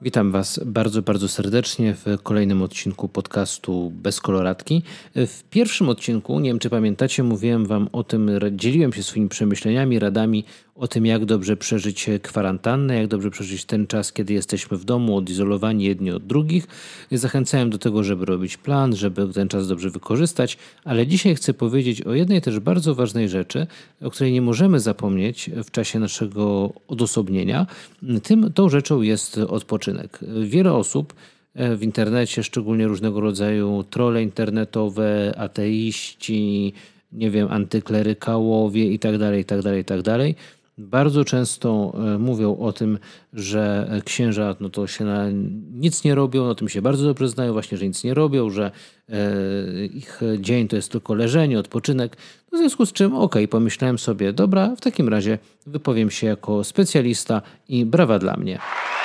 Witam Was bardzo, bardzo serdecznie w kolejnym odcinku podcastu Bez koloratki. W pierwszym odcinku, nie wiem czy pamiętacie, mówiłem Wam o tym, dzieliłem się swoimi przemyśleniami, radami o tym, jak dobrze przeżyć kwarantannę, jak dobrze przeżyć ten czas, kiedy jesteśmy w domu, odizolowani jedni od drugich. Zachęcałem do tego, żeby robić plan, żeby ten czas dobrze wykorzystać, ale dzisiaj chcę powiedzieć o jednej też bardzo ważnej rzeczy, o której nie możemy zapomnieć w czasie naszego odosobnienia. Tą rzeczą jest odpoczynek. Wiele osób w internecie, szczególnie różnego rodzaju trolle internetowe, ateiści, nie wiem, antyklerykałowie itd., bardzo często mówią o tym, że księża to się nic nie robią, o tym się bardzo dobrze znają, właśnie, że nic nie robią, że ich dzień to jest tylko leżenie, odpoczynek. W związku z czym, pomyślałem sobie, dobra, w takim razie wypowiem się jako specjalista i brawa dla mnie.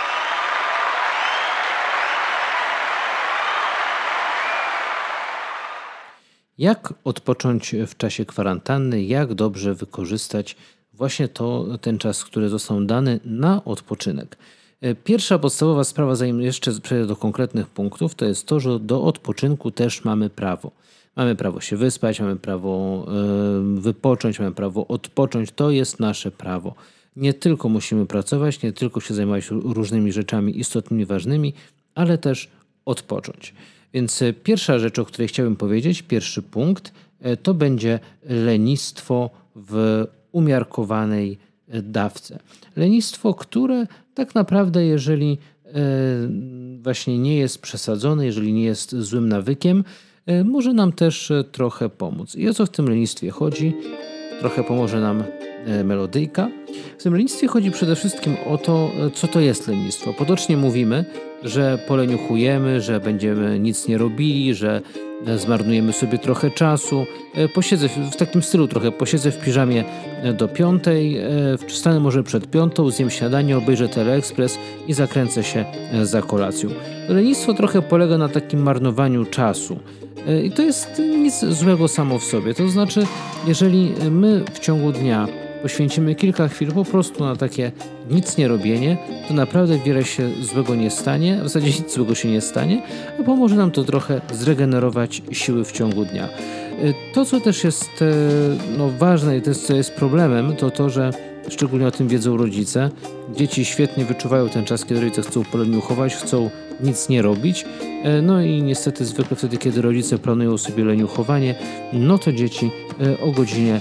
Jak odpocząć w czasie kwarantanny, jak dobrze wykorzystać właśnie ten czas, który został dany na odpoczynek. Pierwsza podstawowa sprawa, zanim jeszcze przejdę do konkretnych punktów, to jest to, że do odpoczynku też mamy prawo. Mamy prawo się wyspać, mamy prawo wypocząć, mamy prawo odpocząć. To jest nasze prawo. Nie tylko musimy pracować, nie tylko się zajmować różnymi rzeczami istotnymi, ważnymi, ale też odpocząć. Więc pierwsza rzecz, o której chciałbym powiedzieć, pierwszy punkt, to będzie lenistwo w umiarkowanej dawce. Lenistwo, które tak naprawdę, jeżeli właśnie nie jest przesadzone, jeżeli nie jest złym nawykiem, może nam też trochę pomóc. I o co w tym lenistwie chodzi? Trochę pomoże nam melodyjka. W tym lenistwie chodzi przede wszystkim o to, co to jest lenistwo. Potocznie mówimy, że poleniuchujemy, że będziemy nic nie robili, że zmarnujemy sobie trochę czasu. Posiedzę w takim stylu trochę, posiedzę w piżamie do 5, wstanę może przed 5, zjem śniadanie, obejrzę Teleexpress i zakręcę się za kolacją. Lenistwo trochę polega na takim marnowaniu czasu. I to jest nic złego samo w sobie. To znaczy, jeżeli my w ciągu dnia poświęcimy kilka chwil po prostu na takie nic nie robienie, to naprawdę wiele się złego nie stanie, w zasadzie nic złego się nie stanie, a pomoże nam to trochę zregenerować siły w ciągu dnia. To, co też jest ważne i to, co jest problemem, to to, że szczególnie o tym wiedzą rodzice. Dzieci świetnie wyczuwają ten czas, kiedy rodzice chcą poleniuchować, chcą nic nie robić. No i niestety zwykle wtedy, kiedy rodzice planują sobie leniuchowanie, no to dzieci o godzinie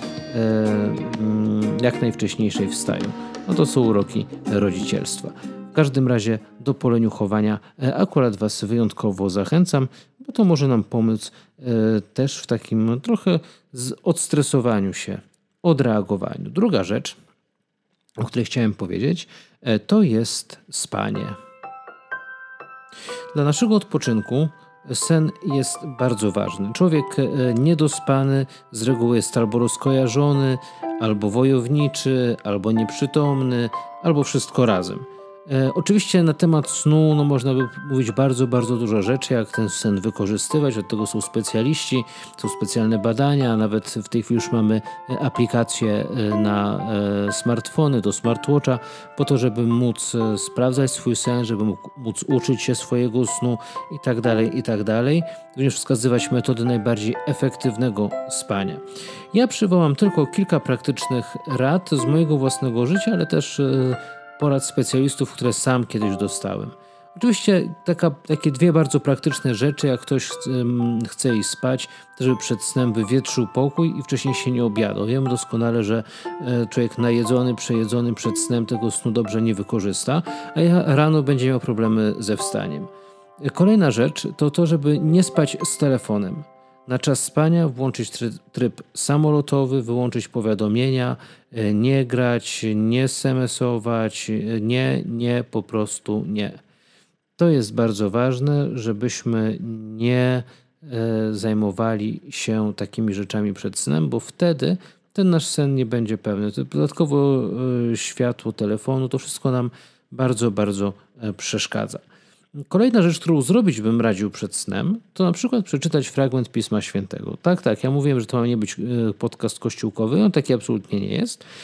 jak najwcześniejszej wstają. No to są uroki rodzicielstwa. W każdym razie do poleniuchowania akurat Was wyjątkowo zachęcam, bo to może nam pomóc też w takim trochę odstresowaniu się, odreagowaniu. Druga rzecz, o której chciałem powiedzieć, to jest spanie. Dla naszego odpoczynku sen jest bardzo ważny. Człowiek niedospany z reguły jest albo rozkojarzony, albo wojowniczy, albo nieprzytomny, albo wszystko razem. Oczywiście na temat snu można by mówić bardzo, bardzo dużo rzeczy, jak ten sen wykorzystywać. Od tego są specjaliści, są specjalne badania, nawet w tej chwili już mamy aplikacje na smartfony, do smartwatcha, po to, żeby móc sprawdzać swój sen, żeby móc uczyć się swojego snu itd. Również wskazywać metody najbardziej efektywnego spania. Ja przywołam tylko kilka praktycznych rad z mojego własnego życia, ale też porad specjalistów, które sam kiedyś dostałem. Oczywiście takie dwie bardzo praktyczne rzeczy, jak ktoś chce iść spać, to żeby przed snem wywietrzył pokój i wcześniej się nie obiadał. Wiem doskonale, że człowiek najedzony, przejedzony przed snem tego snu dobrze nie wykorzysta, a rano będzie miał problemy ze wstaniem. Kolejna rzecz to to, żeby nie spać z telefonem. Na czas spania włączyć tryb samolotowy, wyłączyć powiadomienia, nie grać, nie SMS-ować, po prostu nie. To jest bardzo ważne, żebyśmy nie zajmowali się takimi rzeczami przed snem, bo wtedy ten nasz sen nie będzie pełny. Dodatkowo światło telefonu, to wszystko nam bardzo, bardzo przeszkadza. Kolejna rzecz, którą zrobić bym radził przed snem, to na przykład przeczytać fragment Pisma Świętego. Tak, ja mówiłem, że to ma nie być podcast kościółkowy, on taki absolutnie nie jest,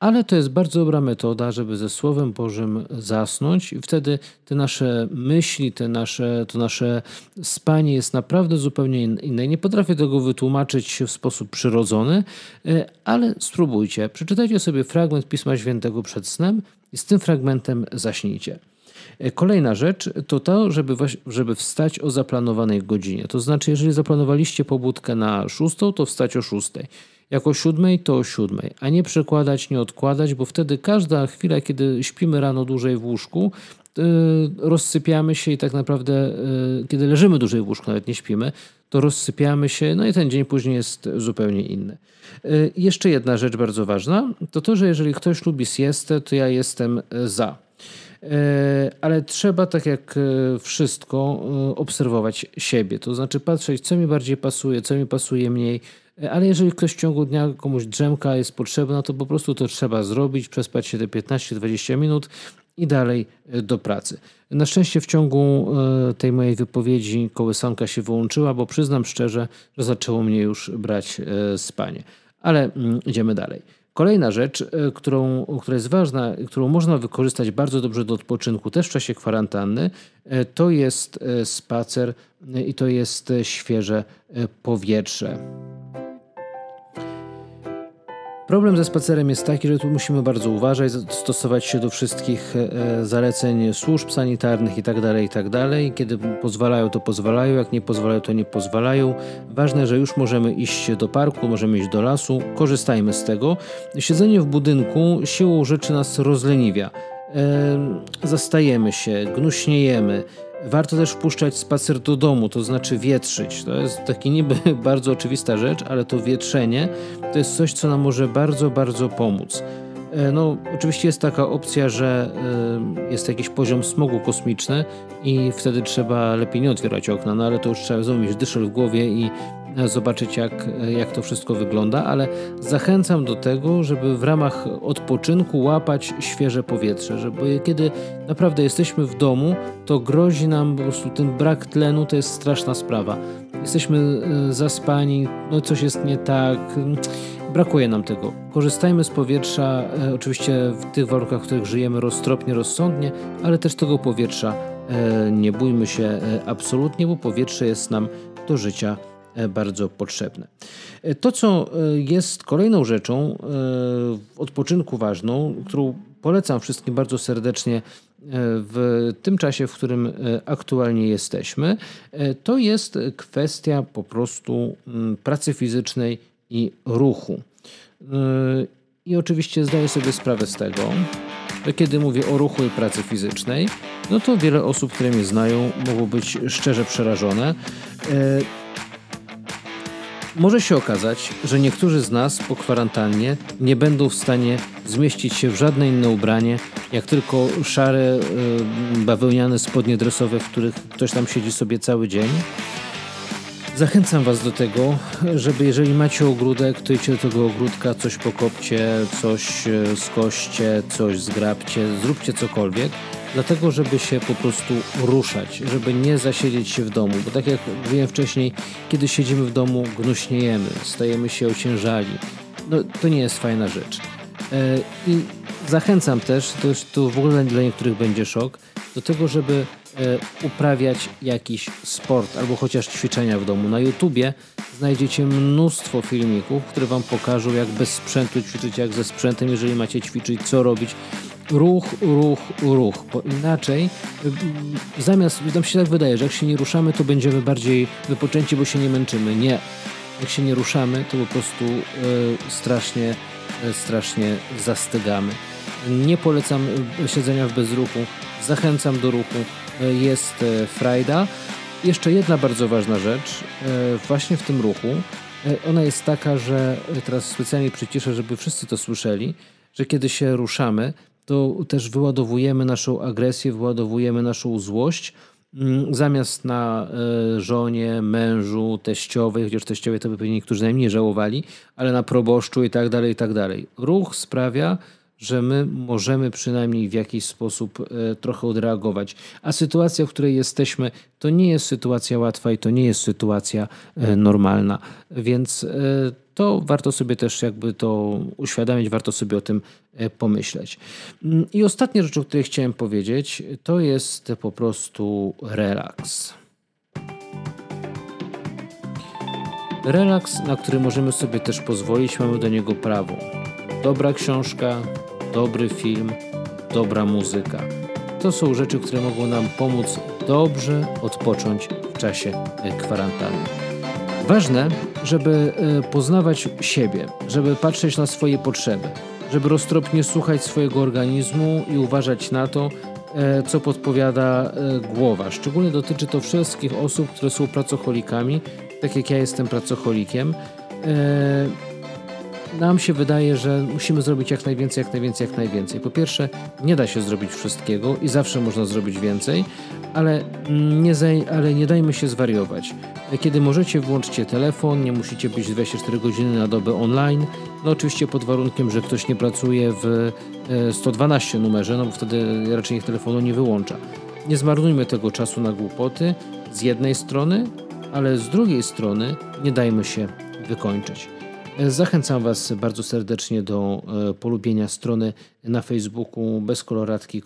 ale to jest bardzo dobra metoda, żeby ze Słowem Bożym zasnąć i wtedy te nasze myśli, to nasze spanie jest naprawdę zupełnie inne. Nie potrafię tego wytłumaczyć w sposób przyrodzony, ale spróbujcie. Przeczytajcie sobie fragment Pisma Świętego przed snem i z tym fragmentem zaśnijcie. Kolejna rzecz to to, żeby wstać o zaplanowanej godzinie. To znaczy, jeżeli zaplanowaliście pobudkę na 6, to wstać o 6. Jak o 7, to o 7. A nie przekładać, nie odkładać, bo wtedy każda chwila, kiedy śpimy rano dłużej w łóżku, rozsypiamy się i tak naprawdę, kiedy leżymy dłużej w łóżku, nawet nie śpimy, to rozsypiamy się, no i ten dzień później jest zupełnie inny. Jeszcze jedna rzecz bardzo ważna, to to, że jeżeli ktoś lubi siestę, to ja jestem za. Ale trzeba, tak jak wszystko, obserwować siebie. To znaczy patrzeć, co mi bardziej pasuje, co mi pasuje mniej. Ale jeżeli ktoś w ciągu dnia komuś drzemka jest potrzebna, to po prostu to trzeba zrobić, przespać się te 15-20 minut i dalej do pracy. Na szczęście w ciągu tej mojej wypowiedzi kołysanka się wyłączyła, bo przyznam szczerze, że zaczęło mnie już brać spanie. Ale idziemy dalej. Kolejna rzecz, która jest ważna, którą można wykorzystać bardzo dobrze do odpoczynku też w czasie kwarantanny, to jest spacer i to jest świeże powietrze. Problem ze spacerem jest taki, że tu musimy bardzo uważać, stosować się do wszystkich zaleceń służb sanitarnych itd. Kiedy pozwalają, to pozwalają, jak nie pozwalają, to nie pozwalają. Ważne, że już możemy iść do parku, możemy iść do lasu, korzystajmy z tego. Siedzenie w budynku siłą rzeczy nas rozleniwia. Zastajemy się, gnuśniejemy. Warto też wpuszczać spacer do domu, to znaczy wietrzyć. To jest taki niby bardzo oczywista rzecz, ale to wietrzenie to jest coś, co nam może bardzo, bardzo pomóc. No, oczywiście jest taka opcja, że jest jakiś poziom smogu kosmiczny i wtedy trzeba lepiej nie otwierać okna, no ale to już trzeba znowu mieć dyszel w głowie i zobaczyć, jak to wszystko wygląda, ale zachęcam do tego, żeby w ramach odpoczynku łapać świeże powietrze, żeby kiedy naprawdę jesteśmy w domu, to grozi nam po prostu ten brak tlenu, to jest straszna sprawa. Jesteśmy zaspani, no coś jest nie tak, brakuje nam tego. Korzystajmy z powietrza, oczywiście w tych warunkach, w których żyjemy, roztropnie, rozsądnie, ale też tego powietrza nie bójmy się absolutnie, bo powietrze jest nam do życia bardzo potrzebne. To, co jest kolejną rzeczą w odpoczynku ważną, którą polecam wszystkim bardzo serdecznie w tym czasie, w którym aktualnie jesteśmy, to jest kwestia po prostu pracy fizycznej i ruchu. I oczywiście zdaję sobie sprawę z tego, że kiedy mówię o ruchu i pracy fizycznej, no to wiele osób, które mnie znają, mogą być szczerze przerażone. Może się okazać, że niektórzy z nas po kwarantannie nie będą w stanie zmieścić się w żadne inne ubranie, jak tylko szare, bawełniane spodnie dresowe, w których ktoś tam siedzi sobie cały dzień. Zachęcam Was do tego, żeby jeżeli macie ogródek, to idźcie do tego ogródka, coś pokopcie, coś skoście, coś zgrabcie, zróbcie cokolwiek, dlatego żeby się po prostu ruszać, żeby nie zasiedzieć się w domu, bo tak jak mówiłem wcześniej, kiedy siedzimy w domu, gnuśniejemy, stajemy się ociężali. No, to nie jest fajna rzecz. I zachęcam też, to w ogóle dla niektórych będzie szok, do tego, żeby uprawiać jakiś sport albo chociaż ćwiczenia w domu. Na YouTubie znajdziecie mnóstwo filmików, które Wam pokażą, jak bez sprzętu ćwiczyć, jak ze sprzętem, jeżeli macie ćwiczyć, co robić. Ruch, bo inaczej nam się tak wydaje, że jak się nie ruszamy, to będziemy bardziej wypoczęci, bo się nie męczymy. Nie. Jak się nie ruszamy, to po prostu strasznie zastygamy. Nie polecam siedzenia w bezruchu. Zachęcam do ruchu. Jest frajda. Jeszcze jedna bardzo ważna rzecz właśnie w tym ruchu. Ona jest taka, że teraz specjalnie przyciszę, żeby wszyscy to słyszeli, że kiedy się ruszamy, to też wyładowujemy naszą agresję, wyładowujemy naszą złość. Zamiast na żonie, mężu, teściowej, chociaż teściowej to by pewnie niektórzy najmniej żałowali, ale na proboszczu i tak dalej, i tak dalej. Ruch sprawia, że my możemy przynajmniej w jakiś sposób trochę odreagować. A sytuacja, w której jesteśmy, to nie jest sytuacja łatwa i to nie jest sytuacja normalna. Więc to warto sobie też jakby to uświadamiać, warto sobie o tym pomyśleć. I ostatnia rzecz, o której chciałem powiedzieć, to jest po prostu relaks. Relaks, na który możemy sobie też pozwolić, mamy do niego prawo. Dobra książka, dobry film, dobra muzyka. To są rzeczy, które mogą nam pomóc dobrze odpocząć w czasie kwarantanny. Ważne, żeby poznawać siebie, żeby patrzeć na swoje potrzeby, żeby roztropnie słuchać swojego organizmu i uważać na to, co podpowiada głowa. Szczególnie dotyczy to wszystkich osób, które są pracocholikami, tak jak ja jestem pracocholikiem. Nam się wydaje, że musimy zrobić jak najwięcej. Po pierwsze, nie da się zrobić wszystkiego i zawsze można zrobić więcej, ale nie dajmy się zwariować. Kiedy możecie, włączcie telefon, nie musicie być 24 godziny na dobę online. No oczywiście pod warunkiem, że ktoś nie pracuje w 112 numerze, no bo wtedy raczej niech telefonu nie wyłącza. Nie zmarnujmy tego czasu na głupoty z jednej strony, ale z drugiej strony nie dajmy się wykończyć. Zachęcam Was bardzo serdecznie do polubienia strony na Facebooku bezkoloratki.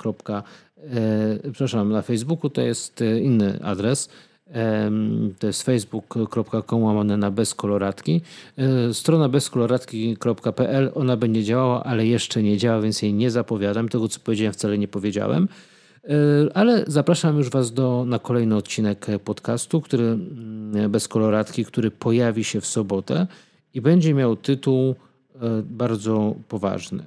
Na Facebooku to jest inny adres. To jest facebook.com/bezkoloratki. Strona bezkoloratki.pl, ona będzie działała, ale jeszcze nie działa, więc jej nie zapowiadam. Tego, co powiedziałem, wcale nie powiedziałem. Ale zapraszam już Was na kolejny odcinek podcastu, Bezkoloratki, który pojawi się w sobotę i będzie miał tytuł bardzo poważny.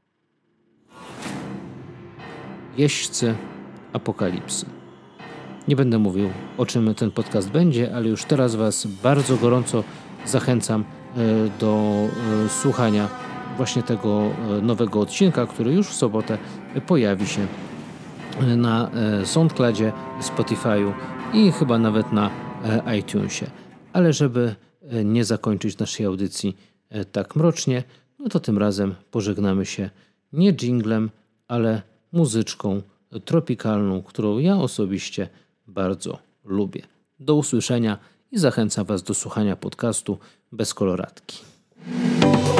Jeźdźcy apokalipsy. Nie będę mówił, o czym ten podcast będzie, ale już teraz Was bardzo gorąco zachęcam do słuchania właśnie tego nowego odcinka, który już w sobotę pojawi się na SoundCloudzie, Spotify'u i chyba nawet na iTunesie. Ale żeby nie zakończyć naszej audycji tak mrocznie, no to tym razem pożegnamy się nie dżinglem, ale muzyczką tropikalną, którą ja osobiście bardzo lubię. Do usłyszenia i zachęcam Was do słuchania podcastu Bez Koloratki.